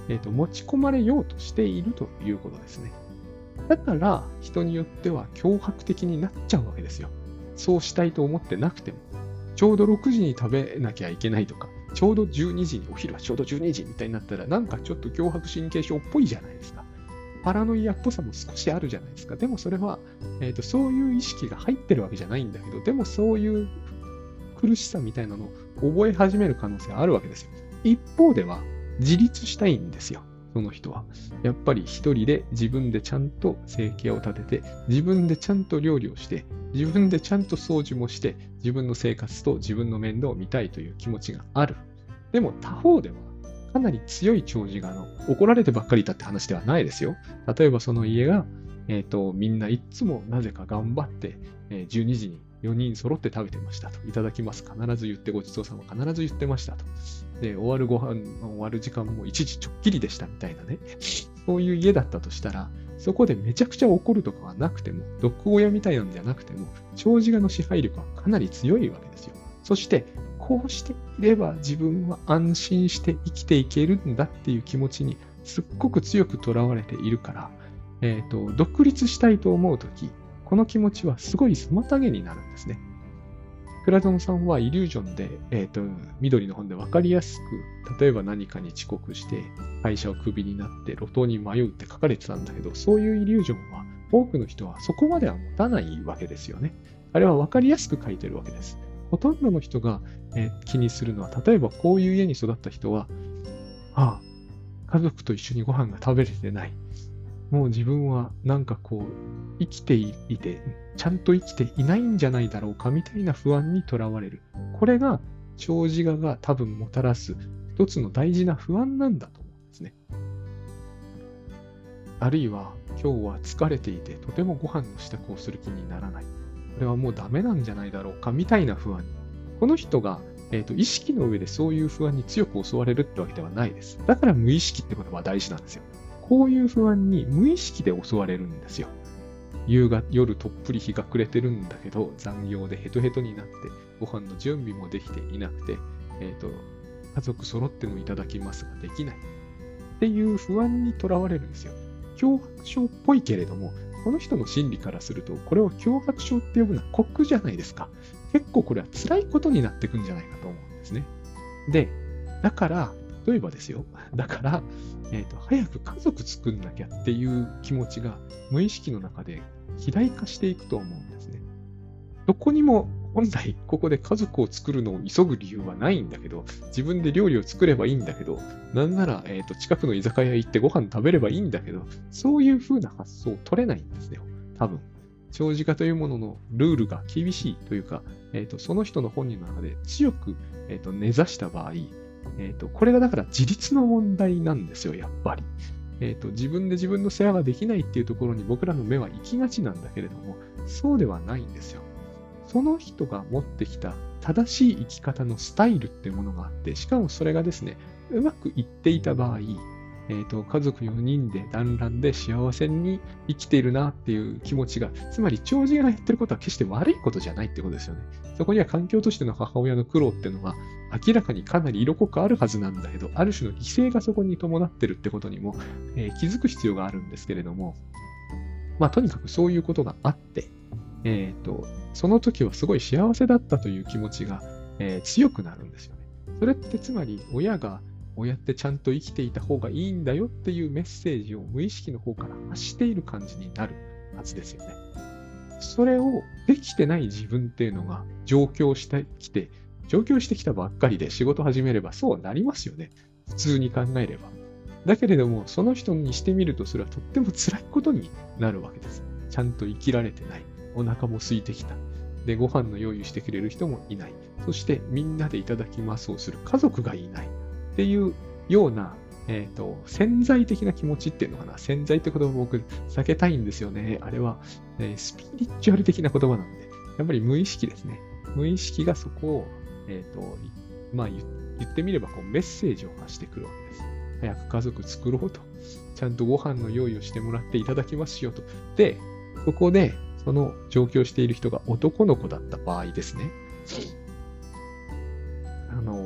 えっと、持ち込まれようとしているということですね。だから、人によっては脅迫的になっちゃうわけですよ。そうしたいと思ってなくても。ちょうどろくじに食べなきゃいけないとか、ちょうどじゅうにじに、お昼はちょうどじゅうにじみたいになったら、なんかちょっと脅迫神経症っぽいじゃないですか。パラノイアっぽさも少しあるじゃないですか。でもそれは、えーと、そういう意識が入ってるわけじゃないんだけど、でもそういう苦しさみたいなのを覚え始める可能性があるわけですよ。一方では、自立したいんですよ。その人は。やっぱり一人で自分でちゃんと生計を立てて、自分でちゃんと料理をして、自分でちゃんと掃除もして、自分の生活と自分の面倒を見たいという気持ちがある。でも他方では、かなり強い長寿がの怒られてばっかりいたって話ではないですよ。例えばその家が、えーと、みんないつもなぜか頑張って、えー、じゅうにじによにん揃って食べてましたと。いただきます。必ず言ってごちそうさま必ず言ってましたと。で、終わるご飯の終わる時間も一時ちょっきりでしたみたいなね。そういう家だったとしたら、そこでめちゃくちゃ怒るとかはなくても、毒親みたいなんじゃなくても、長寿がの支配力はかなり強いわけですよ。そして、こうしていれば自分は安心して生きていけるんだっていう気持ちにすっごく強くとらわれているから、えっと、独立したいと思うとき、この気持ちはすごい妨げになるんですね。倉園さんはイリュージョンで、えっと、緑の本で分かりやすく、例えば何かに遅刻して、会社をクビになって路頭に迷うって書かれてたんだけど、そういうイリュージョンは多くの人はそこまでは持たないわけですよね。あれは分かりやすく書いてるわけです。ほとんどの人が、えー、気にするのは、例えばこういう家に育った人は、ああ、家族と一緒にご飯が食べれてない。もう自分はなんかこう、生きていて、ちゃんと生きていないんじゃないだろうかみたいな不安にとらわれる。これが長寿我が多分もたらす一つの大事な不安なんだと思うんですね。あるいは今日は疲れていてとてもご飯の支度をする気にならない。これはもうダメなんじゃないだろうかみたいな不安。この人が、えーと、意識の上でそういう不安に強く襲われるってわけではないです。だから無意識ってことは大事なんですよ。こういう不安に無意識で襲われるんですよ。夕方、夜とっぷり日が暮れてるんだけど、残業でヘトヘトになって、ご飯の準備もできていなくて、えっと、家族揃ってのいただきますができない。っていう不安にとらわれるんですよ。強迫症っぽいけれども、この人の心理からすると、これを強迫症って呼ぶのは酷じゃないですか。結構これは辛いことになってくんじゃないかと思うんですね。で、だから、例えばですよ。だから、えっと、早く家族作んなきゃっていう気持ちが無意識の中で肥大化していくと思うんですね。どこにも本来ここで家族を作るのを急ぐ理由はないんだけど、自分で料理を作ればいいんだけど、なんなら、えっと、近くの居酒屋行ってご飯食べればいいんだけど、そういう風な発想を取れないんですよ。多分。長寿化というもののルールが厳しいというか、えっと、その人の本人の中で強く、えっと、根ざした場合、えっと、これがだから自立の問題なんですよ、やっぱり。えっと、自分で自分の世話ができないっていうところに僕らの目は行きがちなんだけれども、そうではないんですよ。その人が持ってきた正しい生き方のスタイルっていうものがあって、しかもそれがですね、うまくいっていた場合、えっと、家族よにんで団らんで幸せに生きているなっていう気持ちが、つまり長寿がやってることは決して悪いことじゃないってことですよね。そこには環境としての母親の苦労っていうのは明らかにかなり色濃くあるはずなんだけど、ある種の犠牲がそこに伴ってるってことにも、えー、気づく必要があるんですけれども、まあとにかくそういうことがあって、えっと、その時はすごい幸せだったという気持ちが、えー、強くなるんですよね。それってつまり親が親ってちゃんと生きていた方がいいんだよっていうメッセージを無意識の方から発している感じになるはずですよね。それをできてない自分っていうのが上京してきて、上京してきたばっかりで仕事始めればそうなりますよね。普通に考えれば。だけれども、その人にしてみるとそれはとっても辛いことになるわけです。ちゃんと生きられてない。お腹も空いてきた。で、ご飯の用意してくれる人もいない。そしてみんなでいただきますをする家族がいない。っていうような、えっと、潜在的な気持ちっていうのかな。潜在って言葉を僕避けたいんですよね。あれは、えー、スピリチュアル的な言葉なんで。やっぱり無意識ですね。無意識がそこを、えっと、まあ言ってみればこうメッセージを発してくるわけです。早く家族作ろうと。ちゃんとご飯の用意をしてもらっていただきますよと。で、ここで、その上京している人が男の子だった場合ですね。あの、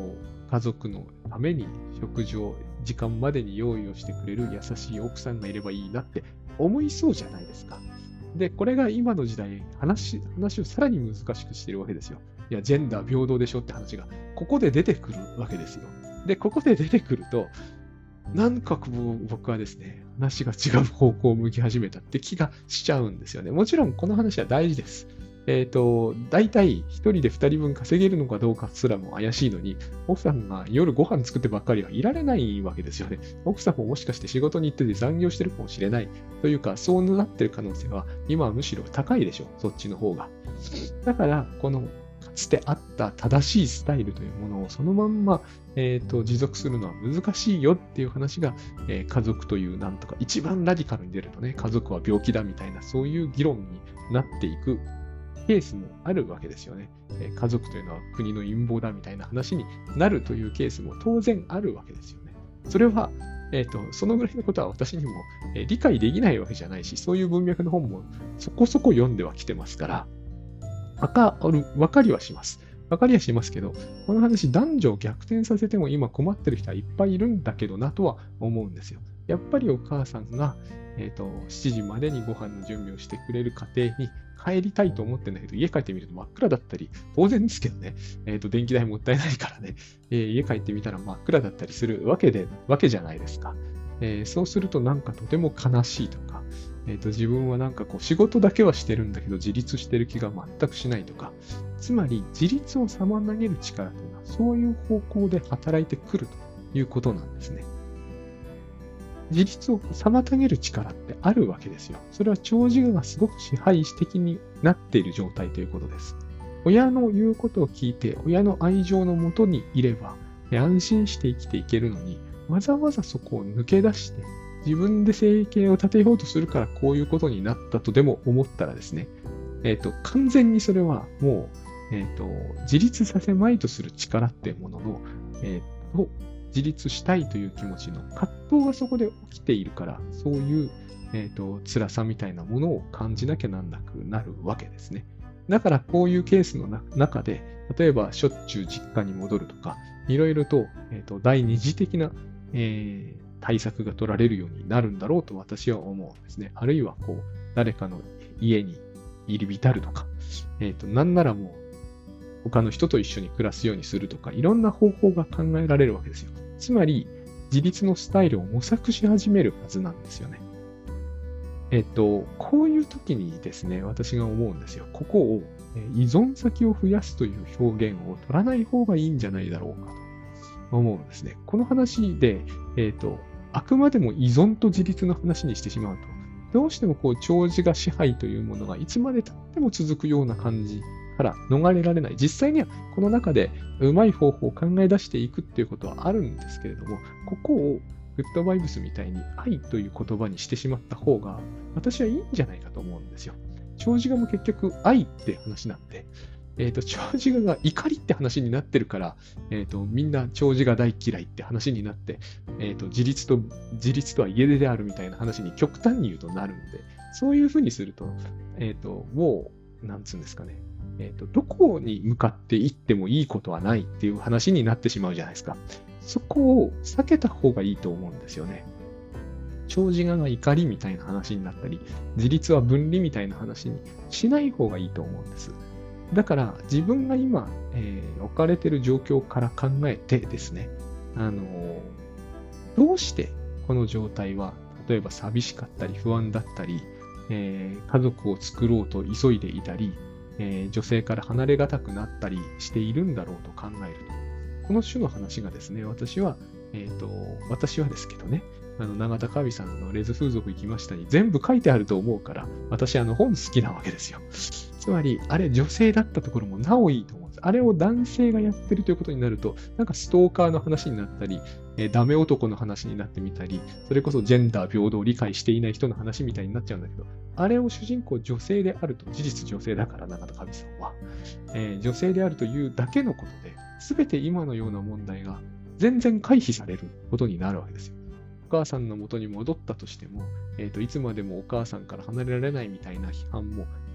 家族のために食事を時間までに用意をしてくれる優しい奥さんがいればいいなって思いそうじゃないですか。で、これが今の時代、話、話をさらに難しくしてるわけですよ。いや、ジェンダー平等でしょって話が、ここで出てくるわけですよ。で、ここで出てくると、なんか僕はですね、話が違う方向を向き始めたって気がしちゃうんですよね。もちろんこの話は大事です。えっと、大体一人で二人分稼げるのかどうかすらも怪しいのに、奥さんが夜ご飯作ってばっかりはいられないわけですよね。奥さんももしかして仕事に行ってて残業してるかもしれない。というか、そうなってる可能性は今はむしろ高いでしょう。そっちの方が。だから、このかつてあった正しいスタイルというものをそのまんま、えーと、持続するのは難しいよっていう話が、えー、家族というなんとか一番ラディカルに出るとね、家族は病気だみたいなそういう議論になっていくケースもあるわけですよね。えー、家族というのは国の陰謀だみたいな話になるというケースも当然あるわけですよね。それは、えーと、そのぐらいのことは私にも、えー、理解できないわけじゃないし、そういう文脈の本もそこそこ読んではきてますから、わかる、わかりはします。わかりはしますけど、この話男女を逆転させても今困ってる人はいっぱいいるんだけどなとは思うんですよ。やっぱりお母さんが、えっと、しちじまでにご飯の準備をしてくれる家庭に帰りたいと思ってるんだけど、家帰ってみると真っ暗だったり、当然ですけどね、えっと、電気代もったいないからね、えー、家帰ってみたら真っ暗だったりするわけで、わけじゃないですか。えー、そうするとなんかとても悲しいとか、えーと、自分はなんかこう仕事だけはしてるんだけど自立してる気が全くしないとか、つまり自立を妨げる力というのはそういう方向で働いてくるということなんですね。自立を妨げる力ってあるわけですよ。それは長寿がすごく支配的になっている状態ということです。親の言うことを聞いて、親の愛情のもとにいれば安心して生きていけるのに、わざわざそこを抜け出して、自分で生計を立てようとするからこういうことになったとでも思ったらですね、えっと、完全にそれはもう、えっと、自立させまいとする力っていうものの、えっと、自立したいという気持ちの葛藤がそこで起きているから、そういう、えっと、辛さみたいなものを感じなきゃなんなくなるわけですね。だからこういうケースの中で、例えばしょっちゅう実家に戻るとか、いろいろと、えっと、第二次的な、えー対策が取られるようになるんだろうと私は思うんですね。あるいはこう、誰かの家に入り浸るとか、えっと、なんならもう、他の人と一緒に暮らすようにするとか、いろんな方法が考えられるわけですよ。つまり、自立のスタイルを模索し始めるはずなんですよね。えっと、こういう時にですね、私が思うんですよ。ここを、依存先を増やすという表現を取らない方がいいんじゃないだろうかと思うんですね。この話で、えっと、あくまでも依存と自立の話にしてしまうと、どうしてもこう、長寿が支配というものがいつまで経っても続くような感じから逃れられない。実際にはこの中でうまい方法を考え出していくっていうことはあるんですけれども、ここをグッドバイブスみたいに愛という言葉にしてしまった方が私はいいんじゃないかと思うんですよ。長寿がも結局愛って話なんで、えっと、長寿が怒りって話になってるから、えっと、みんな長寿が大嫌いって話になって、えっと、自立と、自立とは家出であるみたいな話に極端に言うとなるんで、そういうふうにすると、えっと、もう、なんつうんですかね。えっと、どこに向かっていってもいいことはないっていう話になってしまうじゃないですか。そこを避けた方がいいと思うんですよね。長寿が怒りみたいな話になったり、自立は分離みたいな話にしない方がいいと思うんです。だから自分が今、えー、置かれている状況から考えてですね、あのー、どうしてこの状態は、例えば寂しかったり不安だったり、えー、家族を作ろうと急いでいたり、えー、女性から離れがたくなったりしているんだろうと考えると、この種の話がですね、私は、えっと、私はですけどね、あの、永田カビさんのレズ風俗行きましたに全部書いてあると思うから、私あの本好きなわけですよ。つまり、あれ女性だったところもなおいいと思うんです。あれを男性がやってるということになると、なんかストーカーの話になったり、えー、ダメ男の話になってみたり、それこそジェンダー平等を理解していない人の話みたいになっちゃうんだけど、あれを主人公女性であると、事実女性だから永田カビさんは、えー、女性であるというだけのことで、すべて今のような問題が全然回避されることになるわけですよ。お母さんの元に戻ったとしても、えっと、いつまでもお母さんから離れられないみたいな批判も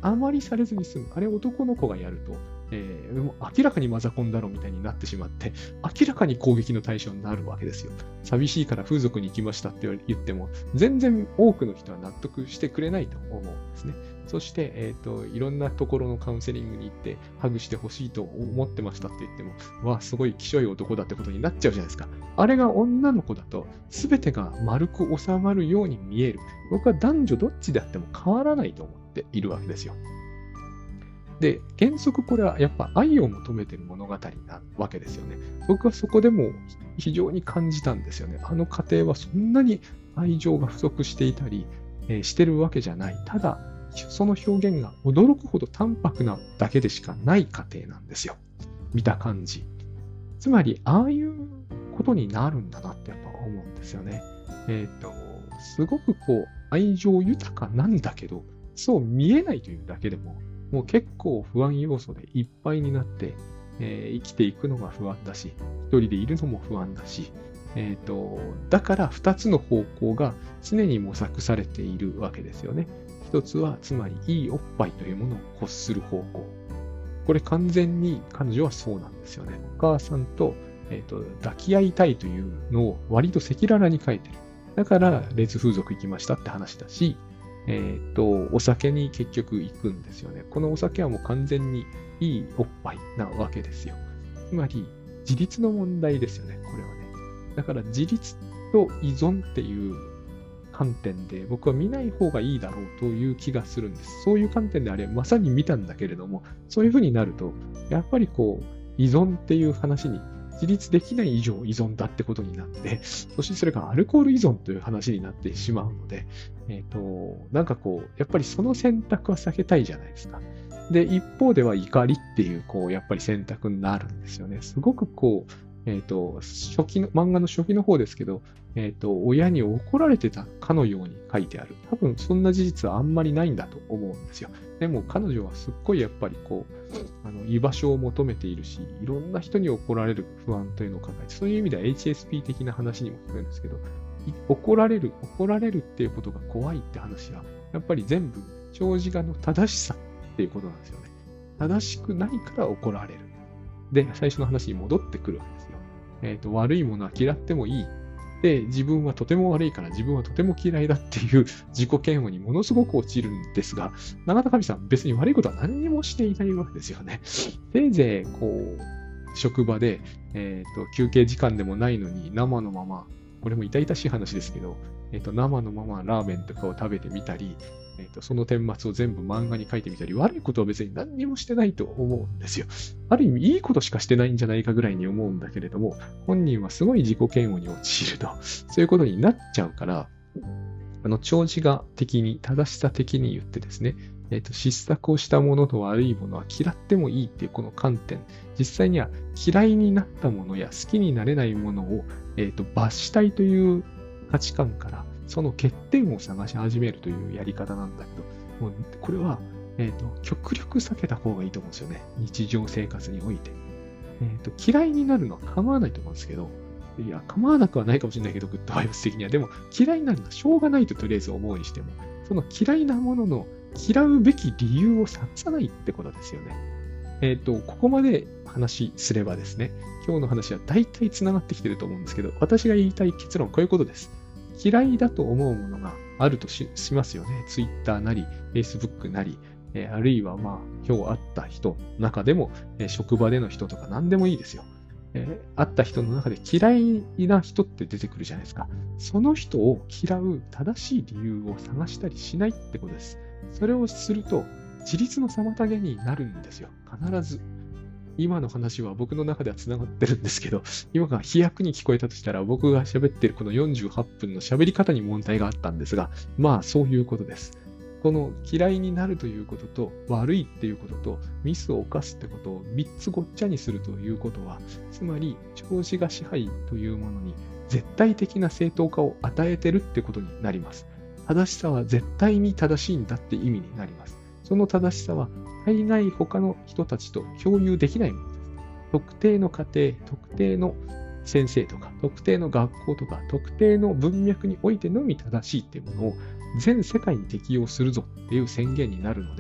あまりされずに済む。あれ男の子がやると、えー、もう明らかにマザコンだろみたいになってしまって、明らかに攻撃の対象になるわけですよ。寂しいから風俗に行きましたって言っても、全然多くの人は納得してくれないと思うんですね。そして、えっと、いろんなところのカウンセリングに行って、ハグしてほしいと思ってましたって言っても、わあ、すごいきしょい男だってことになっちゃうじゃないですか。あれが女の子だと、すべてが丸く収まるように見える。僕は男女どっちであっても変わらないと思っているわけですよ。で、原則これはやっぱ愛を求めている物語なわけですよね。僕はそこでも非常に感じたんですよね。あの家庭はそんなに愛情が不足していたり、えーしてるわけじゃない。ただ、その表現が驚くほど淡白なだけでしかない家庭なんですよ。見た感じ。つまり、ああいうことになるんだなってやっぱ思うんですよね。えっと、すごくこう、愛情豊かなんだけど、そう見えないというだけでも、もう結構不安要素でいっぱいになって、えー生きていくのが不安だし、一人でいるのも不安だし、えっと、だから二つの方向が常に模索されているわけですよね。一つは、つまりいいおっぱいというものを欲する方向。これ完全に彼女はそうなんですよね。お母さんと、えっと、抱き合いたいというのを割と赤裸々に書いてる。だから、レズ風俗行きましたって話だし、えっと、お酒に結局行くんですよね。このお酒はもう完全にいいおっぱいなわけですよ。つまり、自立の問題ですよね、これはね。だから、自立と依存っていう観点で僕は見ない方がいいだろうという気がするんです。そういう観点であれまさに見たんだけれども、そういうふうになると、やっぱりこう、依存っていう話に自立できない以上依存だってことになって、そしてそれがアルコール依存という話になってしまうので、えっと、なんかこう、やっぱりその選択は避けたいじゃないですか。で、一方では怒りっていう、こう、やっぱり選択になるんですよね。すごくこう、えっと、初期の、漫画の初期の方ですけど、えっと、親に怒られてたかのように書いてある。多分そんな事実はあんまりないんだと思うんですよ。でも彼女はすっごいやっぱりこう、あの居場所を求めているし、いろんな人に怒られる不安というのを抱えて、そういう意味では エイチエスピー 的な話にも聞くんですけど、い怒られる、怒られるっていうことが怖いって話は、やっぱり全部、長寿画の正しさっていうことなんですよね。正しくないから怒られる。で、最初の話に戻ってくるわけですよ。えっと、悪いものは嫌ってもいい。で、自分はとても悪いから自分はとても嫌いだっていう自己嫌悪にものすごく陥るんですが、永田神さん別に悪いことは何にもしていないわけですよね。せいぜい、こう、職場で、えっと、休憩時間でもないのに生のまま、これも痛々しい話ですけど、えっと、生のままラーメンとかを食べてみたり、えっと、その顛末を全部漫画に書いてみたり、悪いことは別に何にもしてないと思うんですよ。ある意味、いいことしかしてないんじゃないかぐらいに思うんだけれども、本人はすごい自己嫌悪に陥ると、そういうことになっちゃうから、あの、長寿が的に、正しさ的に言ってですね、えっと、失策をしたものと悪いものは嫌ってもいいっていうこの観点、実際には嫌いになったものや好きになれないものを、えっと、罰したいという価値観から、その欠点を探し始めるというやり方なんだけど、もうこれは、えっと、極力避けた方がいいと思うんですよね。日常生活において。えっと、嫌いになるのは構わないと思うんですけど、いや、構わなくはないかもしれないけど、グッドバイブス的には。でも、嫌いになるのはしょうがないととりあえず思うにしても、その嫌いなものの嫌うべき理由を探さないってことですよね。えっと、ここまで話すればですね、今日の話は大体繋がってきてると思うんですけど、私が言いたい結論はこういうことです。嫌いだと思うものがあると し, しますよね。Twitter なり、Facebook なり、えー、あるいはまあ、今日会った人の中でも、えー、職場での人とか何でもいいですよ。えー、会った人の中で嫌いな人って出てくるじゃないですか。その人を嫌う正しい理由を探したりしないってことです。それをすると、自立の妨げになるんですよ。必ず。今の話は僕の中では繋がってるんですけど、今が飛躍に聞こえたとしたら、僕が喋ってるこのよんじゅうはっぷんの喋り方に問題があったんですが、まあそういうことです。この嫌いになるということと、悪いっていうことと、ミスを犯すってことをみっつごっちゃにするということは、つまり、長寿が支配というものに絶対的な正当化を与えてるってことになります。正しさは絶対に正しいんだって意味になります。その正しさは、大概他の人たちと共有できないものです。特定の家庭、特定の先生とか、特定の学校とか、特定の文脈においてのみ正しいっていうものを全世界に適用するぞっていう宣言になるので、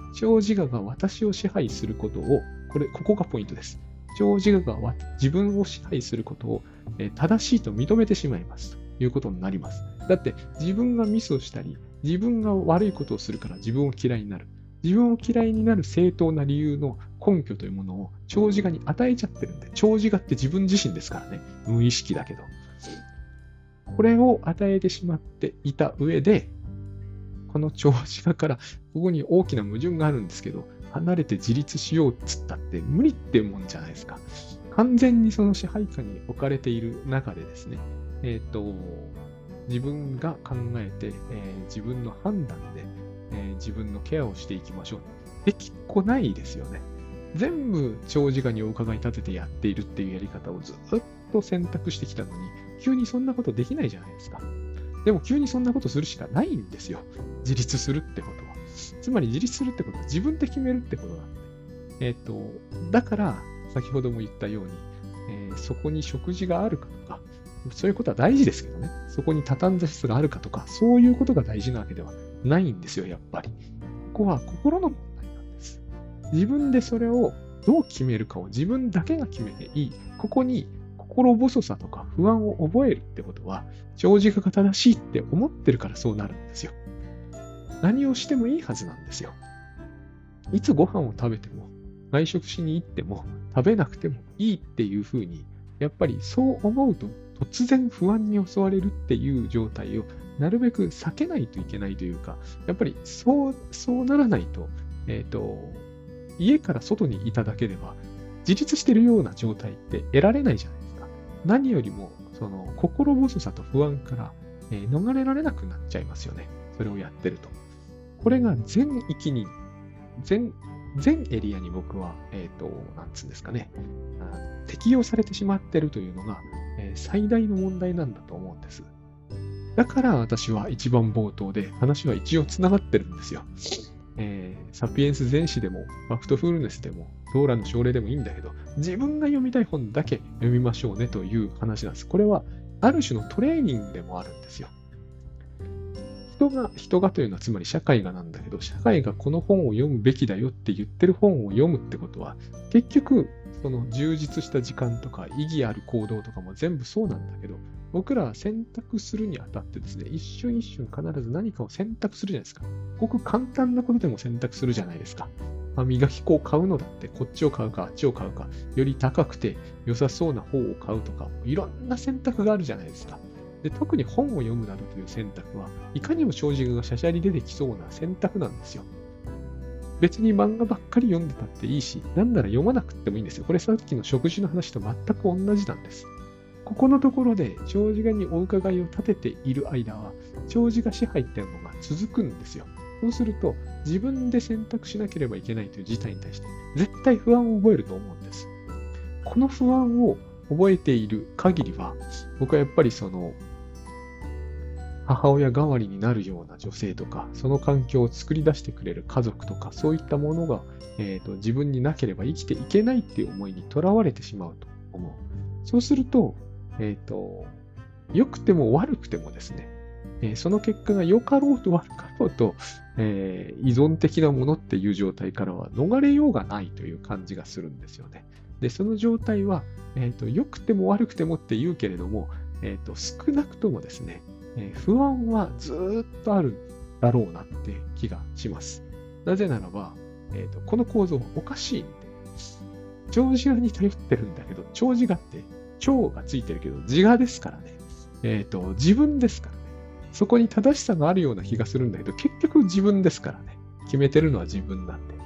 長自我が私を支配することを、これ、ここがポイントです。長自我が自分を支配することを、えー、正しいと認めてしまいますということになります。だって自分がミスをしたり、自分が悪いことをするから自分を嫌いになる。自分を嫌いになる正当な理由の根拠というものを長自我に与えちゃってるんで、長自我って自分自身ですからね。無意識だけど。これを与えてしまっていた上で、この長自我からここに大きな矛盾があるんですけど、離れて自立しようっつったって無理ってもんじゃないですか。完全にその支配下に置かれている中でですね、えっと、自分が考えて、えー、自分の判断で、えー、自分のケアをしていきましょう。できっこないですよね。全部長自我にお伺い立ててやっているっていうやり方をずっと選択してきたのに、急にそんなことできないじゃないですか。でも急にそんなことするしかないんですよ。自立するってことは。つまり自立するってことは自分で決めるってことなんで。えっと、だから、先ほども言ったように、えー、そこに食事があるかとか、そういうことは大事ですけどね。そこに畳んだ質があるかとか、そういうことが大事なわけではないんですよ、やっぱり。ここは心の問題なんです。自分でそれをどう決めるかを自分だけが決めていい。ここに心細さとか不安を覚えるってことは、長自我が正しいって思ってるからそうなるんですよ。何をしてもいいはずなんですよ。いつご飯を食べても、外食しに行っても、食べなくてもいいっていうふうに、やっぱりそう思うと突然不安に襲われるっていう状態をなるべく避けないといけないというか、やっぱりそう、そうならないと、えっと、家から外にいただけでは、自立しているような状態って得られないじゃないですか。何よりも、その、心細さと不安から、えー、逃れられなくなっちゃいますよね。それをやってると。これが全域に、全、全エリアに僕は、えっと、なんつうんですかね、あの適用されてしまってるというのが、えー、最大の問題なんだと思うんです。だから私は一番冒頭で話は一応つながってるんですよ。えー、サピエンス全史でも、ファクトフルネスでも、ローラの症例でもいいんだけど、自分が読みたい本だけ読みましょうねという話なんです。これは、ある種のトレーニングでもあるんですよ。人が、人がというのはつまり社会がなんだけど、社会がこの本を読むべきだよって言ってる本を読むってことは、結局、その充実した時間とか意義ある行動とかも全部そうなんだけど、僕らは選択するにあたってですね、一瞬一瞬必ず何かを選択するじゃないですか。ごく簡単なことでも選択するじゃないですか。歯磨き粉を買うのだって、こっちを買うか、あっちを買うか、より高くて良さそうな方を買うとか、いろんな選択があるじゃないですか。で、特に本を読むなどという選択は、いかにも長自我がしゃしゃり出てきそうな選択なんですよ。別に漫画ばっかり読んでたっていいし、なんなら読まなくてもいいんですよ。これさっきの食事の話と全く同じなんです。ここのところで長自我にお伺いを立てている間は、長自我支配っていうのが続くんですよ。そうすると、自分で選択しなければいけないという事態に対して、絶対不安を覚えると思うんです。この不安を覚えている限りは、僕はやっぱりその、母親代わりになるような女性とか、その環境を作り出してくれる家族とか、そういったものが、えーと、自分になければ生きていけないっていう思いにとらわれてしまうと思う。そうすると、えっと、良くても悪くてもですね、えー、その結果が良かろうと悪かろうと、えー、依存的なものっていう状態からは逃れようがないという感じがするんですよね。で、その状態は、えっと、良くても悪くてもって言うけれども、えっと、少なくともですね、えー、不安はずーっとあるだろうなって気がします。なぜならば、えっと、この構造はおかしいんで、長自我に頼ってるんだけど、長自我って長がついてるけど自我ですからね。えっと、自分ですからね。そこに正しさがあるような気がするんだけど、結局自分ですからね。決めてるのは自分なんで。